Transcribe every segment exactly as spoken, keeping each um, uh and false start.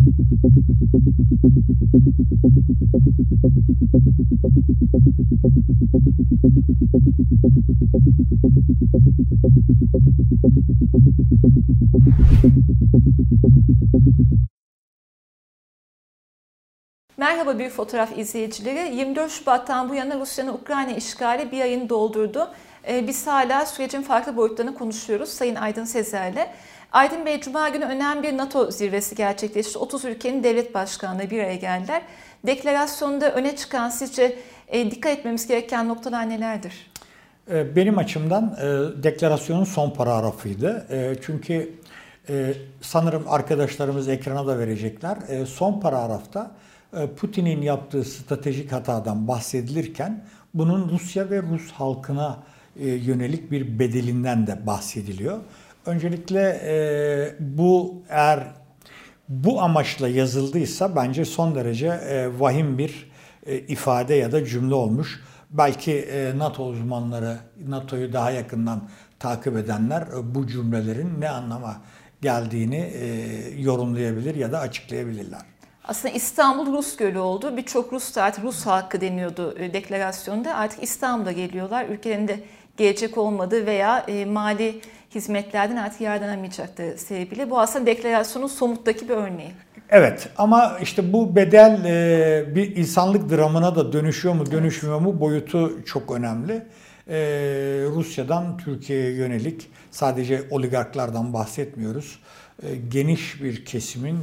Merhaba Büyük Fotoğraf izleyicileri. yirmi dört Şubat'tan bu yana Rusya'nın Ukrayna işgali bir ayını doldurdu. Biz hala sürecin farklı boyutlarını konuşuyoruz Sayın Aydın Sezer'le. Aydın Bey, Cuma günü önemli bir NATO zirvesi gerçekleşti. otuz ülkenin devlet başkanları bir araya geldiler. Deklarasyonda öne çıkan sizce dikkat etmemiz gereken noktalar nelerdir? Benim açımdan deklarasyonun son paragrafıydı. Çünkü sanırım arkadaşlarımız ekrana da verecekler. Son paragrafta Putin'in yaptığı stratejik hatadan bahsedilirken bunun Rusya ve Rus halkına yönelik bir bedelinden de bahsediliyor. Öncelikle bu eğer bu amaçla yazıldıysa bence son derece vahim bir ifade ya da cümle olmuş. Belki NATO uzmanları, NATO'yu daha yakından takip edenler bu cümlelerin ne anlama geldiğini yorumlayabilir ya da açıklayabilirler. Aslında İstanbul Rus Gölü oldu. Birçok Rus da artık Rus halkı deniyordu deklarasyonda. Artık İstanbul'a geliyorlar. Ülkelerinde gelecek olmadığı veya mali hizmetlerden artık yararlanamayacakları sebebiyle. Bu aslında deklarasyonun somuttaki bir örneği. Evet, ama işte bu bedel bir insanlık dramına da dönüşüyor mu dönüşmüyor mu boyutu çok önemli. Rusya'dan Türkiye'ye yönelik sadece oligarklardan bahsetmiyoruz. Geniş bir kesimin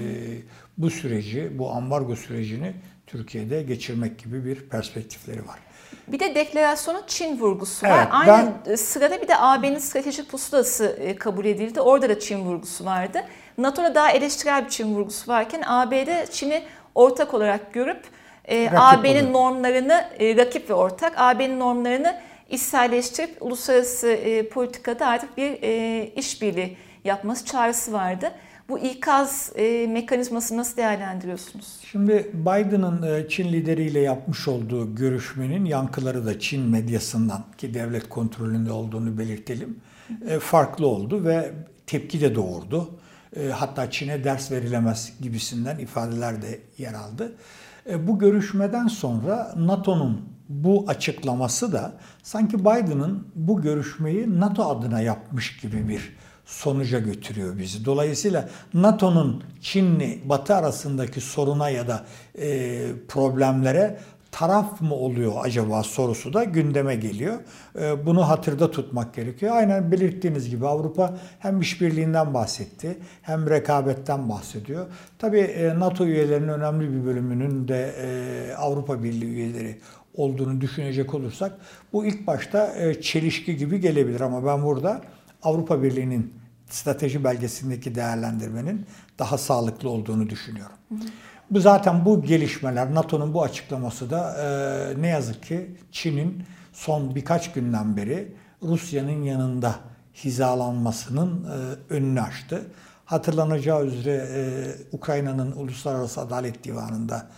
bu süreci, bu ambargo sürecini Türkiye'de geçirmek gibi bir perspektifleri var. Bir de deklarasyonun Çin vurgusu evet, var. Aynı ben, sırada bir de A B'nin stratejik pusulası kabul edildi. Orada da Çin vurgusu vardı. NATO'da daha eleştirel bir Çin vurgusu varken A B'de Çin'i ortak olarak görüp e, A B'nin normlarını, e, rakip ve ortak, A B'nin normlarını içselleştirip uluslararası e, politikada artık bir e, işbirliği yapması çağrısı vardı. Bu ikaz e, mekanizmasını nasıl değerlendiriyorsunuz? Şimdi Biden'ın Çin lideriyle yapmış olduğu görüşmenin yankıları da Çin medyasından, ki devlet kontrolünde olduğunu belirtelim, e, farklı oldu ve tepki de doğurdu. E, hatta Çin'e ders verilemez gibisinden ifadeler de yer aldı. E, bu görüşmeden sonra NATO'nun bu açıklaması da sanki Biden'ın bu görüşmeyi NATO adına yapmış gibi bir sonuca götürüyor bizi. Dolayısıyla NATO'nun Çin'le Batı arasındaki soruna ya da e, problemlere taraf mı oluyor acaba sorusu da gündeme geliyor. E, bunu hatırda tutmak gerekiyor. Aynen belirttiğiniz gibi Avrupa hem işbirliğinden bahsetti hem rekabetten bahsediyor. Tabii e, NATO üyelerinin önemli bir bölümünün de e, Avrupa Birliği üyeleri olduğunu düşünecek olursak bu ilk başta e, çelişki gibi gelebilir ama ben burada Avrupa Birliği'nin strateji belgesindeki değerlendirmenin daha sağlıklı olduğunu düşünüyorum. Hı hı. Bu zaten bu gelişmeler, NATO'nun bu açıklaması da e, ne yazık ki Çin'in son birkaç günden beri Rusya'nın yanında hizalanmasının e, önünü açtı. Hatırlanacağı üzere e, Ukrayna'nın Uluslararası Adalet Divanı'nda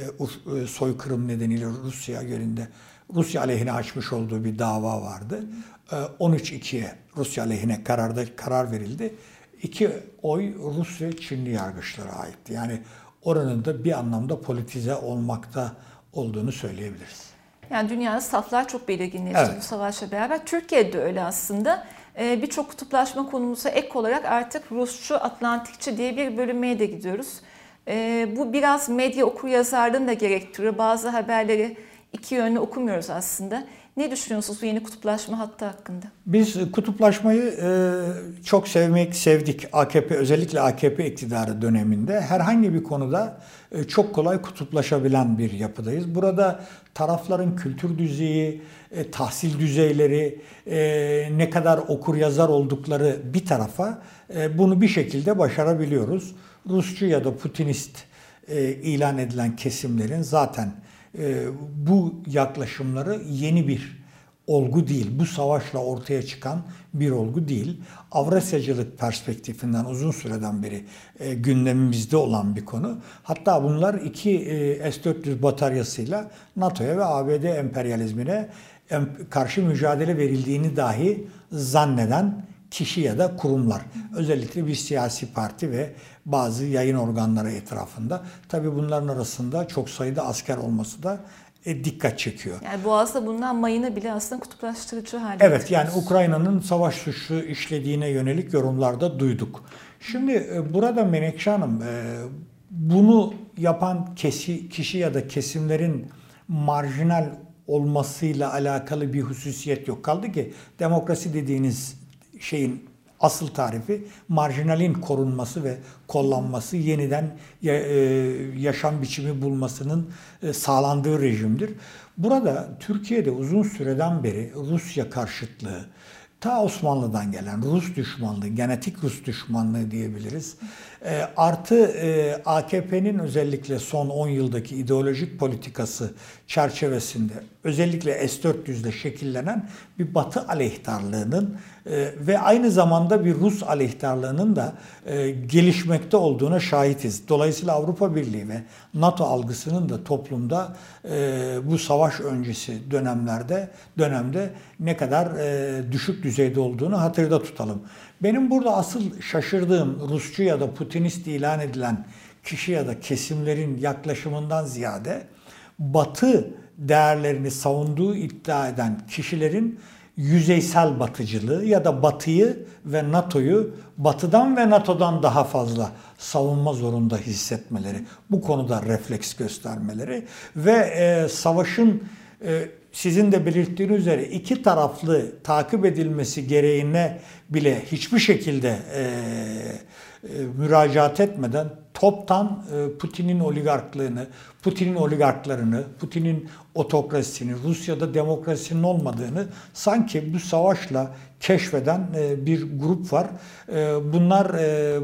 e, soykırım nedeniyle Rusya yönünde Rusya aleyhine açmış olduğu bir dava vardı. on üç ikiye Rusya aleyhine kararda karar verildi. İki oy Rus ve Çinli yargıçlara aitti. Yani oranın da bir anlamda politize olmakta olduğunu söyleyebiliriz. Yani dünyada saflar çok belirginleşti evet. Bu savaşla beraber. Türkiye'de öyle aslında. Ee, Birçok kutuplaşma konumuza ek olarak artık Rusçu, Atlantikçi diye bir bölünmeye de gidiyoruz. Ee, bu biraz medya okuryazarlığını da gerektiriyor. Bazı haberleri iki yönlü okumuyoruz aslında. Ne düşünüyorsunuz bu yeni kutuplaşma hattı hakkında? Biz kutuplaşmayı e, çok sevmek sevdik. A K P, özellikle A K P iktidarı döneminde herhangi bir konuda e, çok kolay kutuplaşabilen bir yapıdayız. Burada tarafların kültür düzeyi, e, tahsil düzeyleri, e, ne kadar okur yazar oldukları bir tarafa e, bunu bir şekilde başarabiliyoruz. Rusçu ya da Putinist e, ilan edilen kesimlerin zaten e, bu yaklaşımları yeni bir olgu değil. Bu savaşla ortaya çıkan bir olgu değil. Avrasyacılık perspektifinden uzun süreden beri e, gündemimizde olan bir konu. Hatta bunlar iki e, S dört yüz bataryasıyla NATO'ya ve A B D emperyalizmine em, karşı mücadele verildiğini dahi zanneden kişi ya da kurumlar. Özellikle bir siyasi parti ve bazı yayın organları etrafında. Tabii bunların arasında çok sayıda asker olması da e, dikkat çekiyor. Yani Boğaz'da bulunan mayını bile aslında kutuplaştırıcı hale Evet, yani Ukrayna'nın savaş suçu işlediğine yönelik yorumlarda duyduk. Şimdi e, burada Menekşe Hanım, e, bunu yapan kesi, kişi ya da kesimlerin marjinal olmasıyla alakalı bir hususiyet yok. Kaldı ki demokrasi dediğiniz şeyin asıl tarifi marjinalin korunması ve kollanması, yeniden yaşam biçimi bulmasının sağlandığı rejimdir. Burada Türkiye'de uzun süreden beri Rusya karşıtlığı, ta Osmanlı'dan gelen Rus düşmanlığı, genetik Rus düşmanlığı diyebiliriz. E, artı e, A K P'nin özellikle son on yıldaki ideolojik politikası çerçevesinde özellikle S dört yüz'de şekillenen bir Batı aleyhtarlığının e, ve aynı zamanda bir Rus aleyhtarlığının da e, gelişmekte olduğuna şahitiz. Dolayısıyla Avrupa Birliği ve NATO algısının da toplumda e, bu savaş öncesi dönemlerde dönemde ne kadar e, düşük düzeyde olduğunu hatırda tutalım. Benim burada asıl şaşırdığım Rusçu ya da Putinist ilan edilen kişi ya da kesimlerin yaklaşımından ziyade Batı değerlerini savunduğu iddia eden kişilerin yüzeysel batıcılığı ya da Batı'yı ve NATO'yu Batı'dan ve NATO'dan daha fazla savunma zorunda hissetmeleri, bu konuda refleks göstermeleri ve e, savaşın e, sizin de belirttiğiniz üzere iki taraflı takip edilmesi gereğine bile hiçbir şekilde e, e, müracaat etmeden toptan e, Putin'in oligarklığını, Putin'in oligarklarını, Putin'in otokrasisini, Rusya'da demokrasinin olmadığını sanki bu savaşla keşfeden e, bir grup var. E, bunlar e,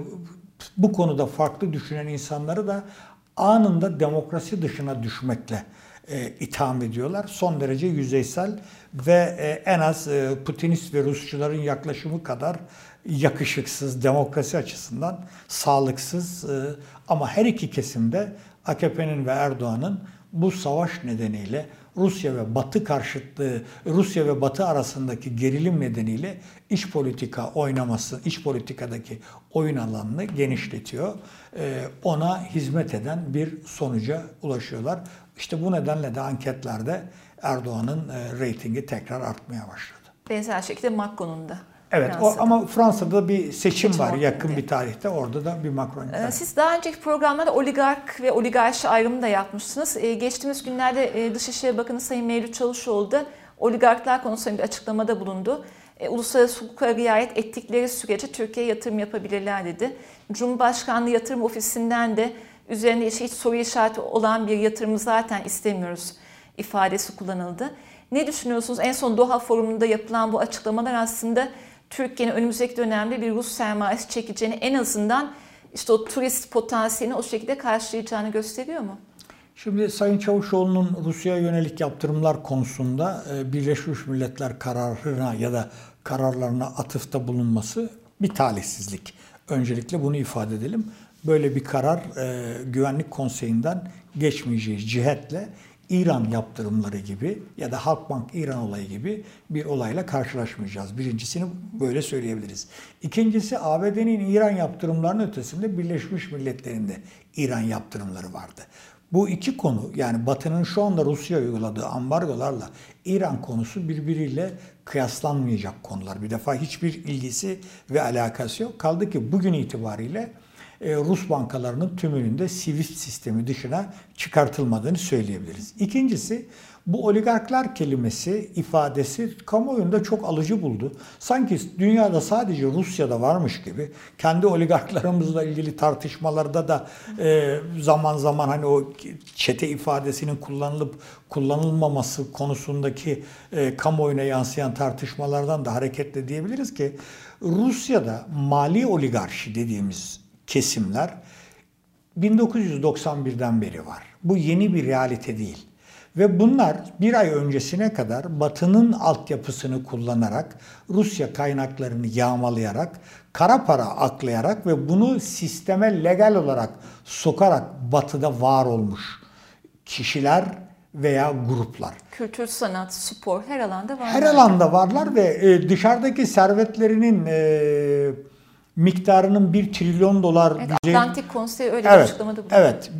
bu konuda farklı düşünen insanları da anında demokrasi dışına düşmekle E, itham ediyorlar. Son derece yüzeysel ve e, en az e, Putinist ve Rusçuların yaklaşımı kadar yakışıksız, demokrasi açısından sağlıksız e, ama her iki kesimde A K P'nin ve Erdoğan'ın bu savaş nedeniyle Rusya ve Batı karşıtlığı, Rusya ve Batı arasındaki gerilim nedeniyle iç politika oynaması, iç politikadaki oyun alanını genişletiyor. E, ona hizmet eden bir sonuca ulaşıyorlar. İşte bu nedenle de anketlerde Erdoğan'ın e, reytingi tekrar artmaya başladı. Benzer şekilde Macron'un da. Evet o, ama Fransa'da bir seçim, seçim var yakın diye. bir tarihte. Orada da bir Macron. Ee, siz daha önceki programlarda oligark ve oligarşi ayrımı da yapmışsınız. Ee, geçtiğimiz günlerde e, Dışişleri Bakanı Sayın Mevlüt Çavuşoğlu da oligarklar konusunda bir açıklamada bulundu. E, uluslararası hukuka riayet ettikleri sürece Türkiye'ye yatırım yapabilirler dedi. Cumhurbaşkanlığı Yatırım Ofisi'nden de üzerinde hiç soru işareti olan bir yatırımı zaten istemiyoruz ifadesi kullanıldı. Ne düşünüyorsunuz? En son Doha Forumu'nda yapılan bu açıklamalar aslında Türkiye'nin önümüzdeki dönemde bir Rus sermayesi çekeceğini, en azından işte o turist potansiyelini o şekilde karşılayacağını gösteriyor mu? Şimdi Sayın Çavuşoğlu'nun Rusya'ya yönelik yaptırımlar konusunda Birleşmiş Milletler kararına ya da kararlarına atıfta bulunması bir talihsizlik. Öncelikle bunu ifade edelim. Böyle bir karar e, Güvenlik Konseyi'nden geçmeyeceği cihetle İran yaptırımları gibi ya da Halkbank İran olayı gibi bir olayla karşılaşmayacağız. Birincisini böyle söyleyebiliriz. İkincisi A B D'nin İran yaptırımlarının ötesinde Birleşmiş Milletler'in de İran yaptırımları vardı. Bu iki konu, yani Batı'nın şu anda Rusya'ya uyguladığı ambargolarla İran konusu birbiriyle kıyaslanmayacak konular. Bir defa hiçbir ilgisi ve alakası yok. Kaldı ki bugün itibariyle Rus bankalarının tümünün de SWIFT sistemi dışına çıkartılmadığını söyleyebiliriz. İkincisi, bu oligarklar kelimesi, ifadesi kamuoyunda çok alıcı buldu. Sanki dünyada sadece Rusya'da varmış gibi, kendi oligarklarımızla ilgili tartışmalarda da e, zaman zaman hani o çete ifadesinin kullanılıp kullanılmaması konusundaki e, kamuoyuna yansıyan tartışmalardan da hareketle diyebiliriz ki Rusya'da mali oligarşi dediğimiz kesimler bin dokuz yüz doksan birden beri var. Bu yeni bir realite değil. Ve bunlar bir ay öncesine kadar Batı'nın altyapısını kullanarak, Rusya kaynaklarını yağmalayarak, kara para aklayarak ve bunu sisteme legal olarak sokarak Batı'da var olmuş kişiler veya gruplar. Kültür, sanat, spor her alanda varlar. Her alanda varlar ve dışarıdaki servetlerinin e, miktarının bir trilyon dolar evet, düzey... Atlantik Konseyi öyle evet, bir açıklamada bulundu. Evet,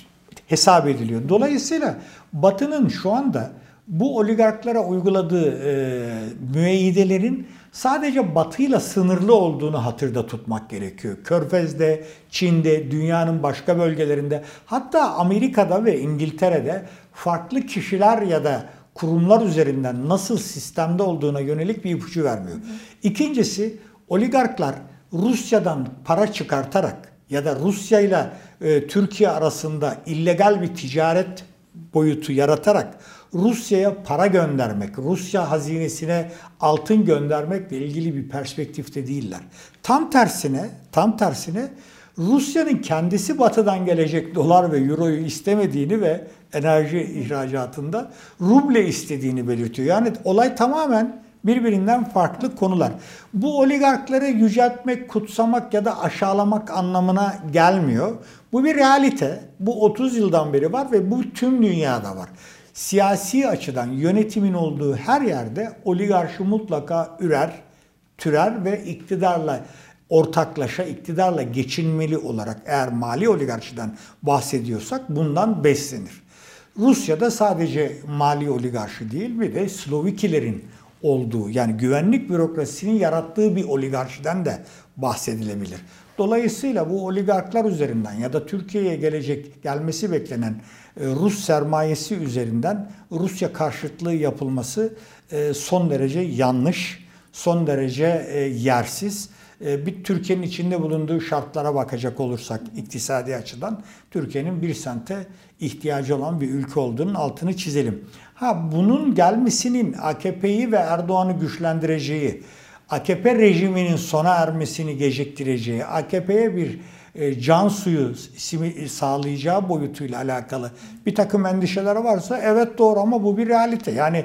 hesap ediliyor. Dolayısıyla Batı'nın şu anda bu oligarklara uyguladığı e, müeyyidelerin sadece Batı'yla sınırlı olduğunu hatırda tutmak gerekiyor. Körfez'de, Çin'de, dünyanın başka bölgelerinde, hatta Amerika'da ve İngiltere'de farklı kişiler ya da kurumlar üzerinden nasıl sistemde olduğuna yönelik bir ipucu vermiyor. Hı hı. İkincisi, oligarklar Rusya'dan para çıkartarak ya da Rusya ile e, Türkiye arasında illegal bir ticaret boyutu yaratarak Rusya'ya para göndermek, Rusya hazinesine altın göndermekle ilgili bir perspektifte değiller. Tam tersine, tam tersine Rusya'nın kendisi Batı'dan gelecek dolar ve euroyu istemediğini ve enerji ihracatında ruble istediğini belirtiyor. Yani olay tamamen birbirinden farklı konular. Bu oligarkları yüceltmek, kutsamak ya da aşağılamak anlamına gelmiyor. Bu bir realite. Bu otuz yıldan beri var ve bu tüm dünyada var. Siyasi açıdan yönetimin olduğu her yerde oligarşi mutlaka ürer, türer ve iktidarla ortaklaşa, iktidarla geçinmeli olarak, eğer mali oligarşiden bahsediyorsak, bundan beslenir. Rusya'da sadece mali oligarşi değil, bir de Slovikilerin olduğu, yani güvenlik bürokrasisinin yarattığı bir oligarşiden de bahsedilebilir. Dolayısıyla bu oligarklar üzerinden ya da Türkiye'ye gelecek, gelmesi beklenen Rus sermayesi üzerinden Rusya karşıtlığı yapılması son derece yanlış, son derece yersiz. Bir Türkiye'nin içinde bulunduğu şartlara bakacak olursak iktisadi açıdan Türkiye'nin bir sente ihtiyacı olan bir ülke olduğunun altını çizelim. Ha, bunun gelmesinin A K P'yi ve Erdoğan'ı güçlendireceği, A K P rejiminin sona ermesini geciktireceği, A K P'ye bir e, can suyu sağlayacağı boyutuyla alakalı bir takım endişeler varsa evet doğru, ama bu bir realite. Yani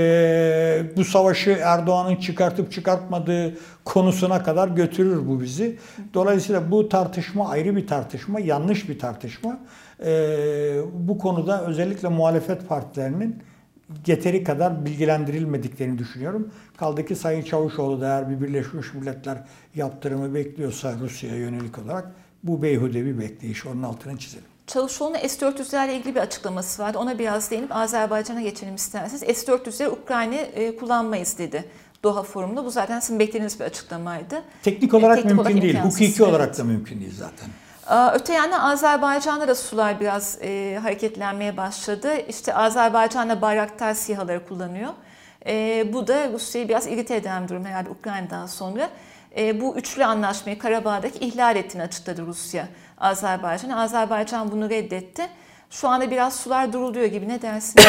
e, bu savaşı Erdoğan'ın çıkartıp çıkartmadığı konusuna kadar götürür bu bizi. Dolayısıyla bu tartışma ayrı bir tartışma, yanlış bir tartışma. E, bu konuda özellikle muhalefet partilerinin yeteri kadar bilgilendirilmediklerini düşünüyorum. Kaldı ki Sayın Çavuşoğlu da eğer bir Birleşmiş Milletler yaptırımı bekliyorsa Rusya'ya yönelik olarak, bu beyhude bir bekleyiş, onun altını çizelim. Çavuşoğlu'nun S dört yüzlerle ilgili bir açıklaması vardı. Ona biraz değinip Azerbaycan'a geçelim isterseniz. S dört yüzleri Ukrayna e, kullanmayız dedi Doha Forumu'nda. Bu zaten sizin beklediğiniz bir açıklamaydı. Teknik olarak Teknik mümkün olarak değil, imkansız. hukuki Evet. olarak da mümkün değil zaten. Öte yandan Azerbaycan'da da sular biraz e, hareketlenmeye başladı. İşte Azerbaycan'da Bayraktar SİHA'ları kullanıyor. E, bu da Rusya'yı biraz irite eden bir durum herhalde Ukrayna'dan sonra. E, bu üçlü anlaşmayı Karabağ'daki ihlal ettiğini açıkladı Rusya Azerbaycan'a. Azerbaycan bunu reddetti. Şu anda biraz sular duruluyor gibi, ne dersiniz?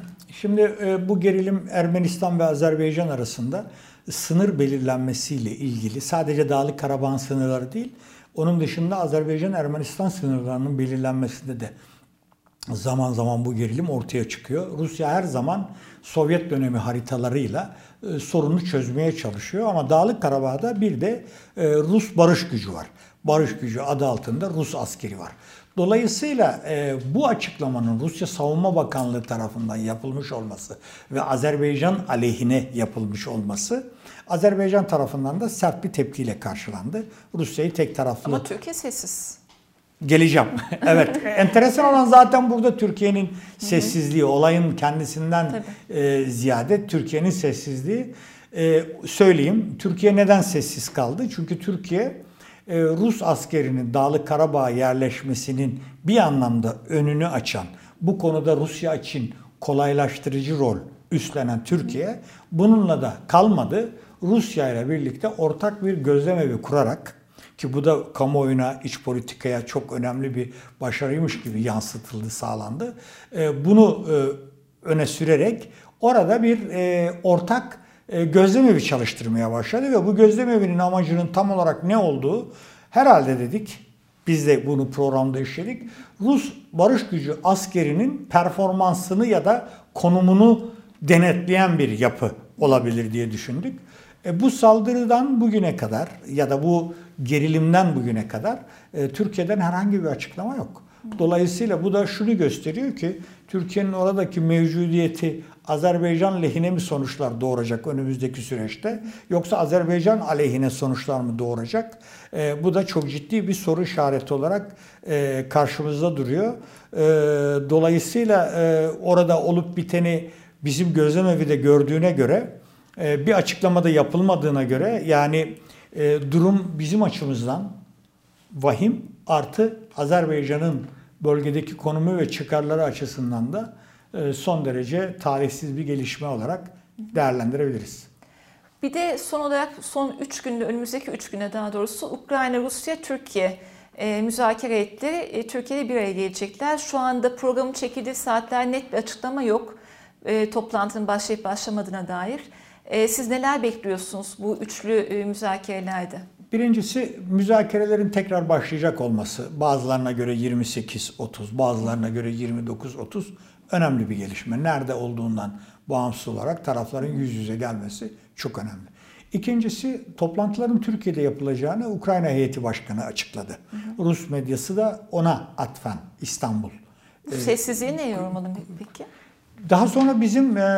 Şimdi e, bu gerilim Ermenistan ve Azerbaycan arasında sınır belirlenmesiyle ilgili, sadece Dağlık Karabağ sınırları değil, onun dışında Azerbaycan-Ermenistan sınırlarının belirlenmesinde de zaman zaman bu gerilim ortaya çıkıyor. Rusya her zaman Sovyet dönemi haritalarıyla e, sorunu çözmeye çalışıyor, ama Dağlık Karabağ'da bir de e, Rus barış gücü var. Barış gücü adı altında Rus askeri var. Dolayısıyla e, bu açıklamanın Rusya Savunma Bakanlığı tarafından yapılmış olması ve Azerbaycan aleyhine yapılmış olması, Azerbaycan tarafından da sert bir tepkiyle karşılandı. Rusya'yı tek taraflı... Ama Türkiye sessiz. Geleceğim. Evet. Enteresan olan zaten burada Türkiye'nin sessizliği, olayın kendisinden e, ziyade Türkiye'nin sessizliği. E, söyleyeyim, Türkiye neden sessiz kaldı? Çünkü Türkiye e, Rus askerinin Dağlık Karabağ'a yerleşmesinin bir anlamda önünü açan, bu konuda Rusya için kolaylaştırıcı rol üstlenen Türkiye bununla da kalmadı. Rusya ile birlikte ortak bir gözlemevi kurarak, ki bu da kamuoyuna, iç politikaya çok önemli bir başarıymış gibi yansıtıldı, sağlandı. Bunu öne sürerek orada bir ortak gözlemevi çalıştırmaya başladı ve bu gözlemevinin amacının tam olarak ne olduğu, herhalde dedik, biz de bunu programda işledik, Rus barış gücü askerinin performansını ya da konumunu denetleyen bir yapı olabilir diye düşündük. E, bu saldırıdan bugüne kadar ya da bu gerilimden bugüne kadar e, Türkiye'den herhangi bir açıklama yok. Dolayısıyla bu da şunu gösteriyor ki Türkiye'nin oradaki mevcudiyeti Azerbaycan lehine mi sonuçlar doğuracak önümüzdeki süreçte, yoksa Azerbaycan aleyhine sonuçlar mı doğuracak? E, bu da çok ciddi bir soru işareti olarak e, karşımızda duruyor. E, dolayısıyla e, orada olup biteni bizim gözlemevi de gördüğüne göre, e, bir açıklamada yapılmadığına göre, yani e, durum bizim açımızdan vahim, artı Azerbaycan'ın bölgedeki konumu ve çıkarları açısından da son derece talihsiz bir gelişme olarak değerlendirebiliriz. Bir de son olarak son üç günde, önümüzdeki üç güne daha doğrusu Ukrayna, Rusya, Türkiye e, müzakere ettileri. E, Türkiye'de bir araya gelecekler. Şu anda programın çekildiği saatler, net bir açıklama yok. E, toplantının başlayıp başlamadığına dair. E, siz neler bekliyorsunuz bu üçlü e, müzakerelerde? Birincisi, müzakerelerin tekrar başlayacak olması. Bazılarına göre yirmi sekiz otuz, bazılarına göre yirmi dokuz otuz önemli bir gelişme. Nerede olduğundan bağımsız olarak tarafların yüz yüze gelmesi çok önemli. İkincisi, toplantıların Türkiye'de yapılacağını Ukrayna heyeti başkanı açıkladı. Hı hı. Rus medyası da ona atfen İstanbul. Bu sessizliği ne yorumladın peki? Daha sonra bizim e,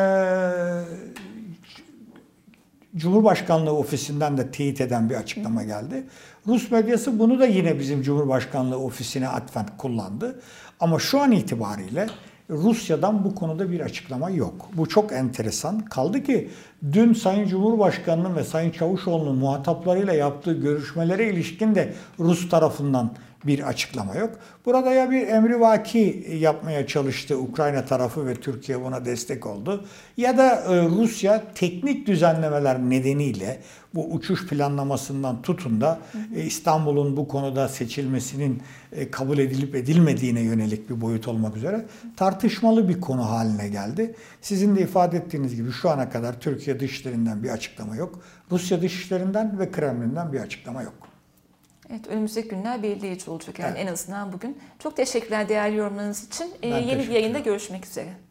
Cumhurbaşkanlığı ofisinden de teyit eden bir açıklama geldi. Rus medyası bunu da yine bizim Cumhurbaşkanlığı ofisine atfen kullandı. Ama şu an itibariyle Rusya'dan bu konuda bir açıklama yok. Bu çok enteresan. Kaldı ki dün Sayın Cumhurbaşkanı'nın ve Sayın Çavuşoğlu'nun muhataplarıyla yaptığı görüşmelere ilişkin de Rus tarafından bir açıklama yok. Burada ya bir emrivaki yapmaya çalıştı Ukrayna tarafı ve Türkiye buna destek oldu, ya da Rusya teknik düzenlemeler nedeniyle bu uçuş planlamasından tutun da İstanbul'un bu konuda seçilmesinin kabul edilip edilmediğine yönelik bir boyut olmak üzere tartışmalı bir konu haline geldi. Sizin de ifade ettiğiniz gibi şu ana kadar Türkiye Dışişleri'nden bir açıklama yok. Rusya Dışişleri'nden ve Kremlin'den bir açıklama yok. Evet, önümüzdeki günler belirleyici olacak yani, evet. En azından bugün. Çok teşekkürler değerli yorumlarınız için. Ee, yeni bir yayında görüşmek üzere.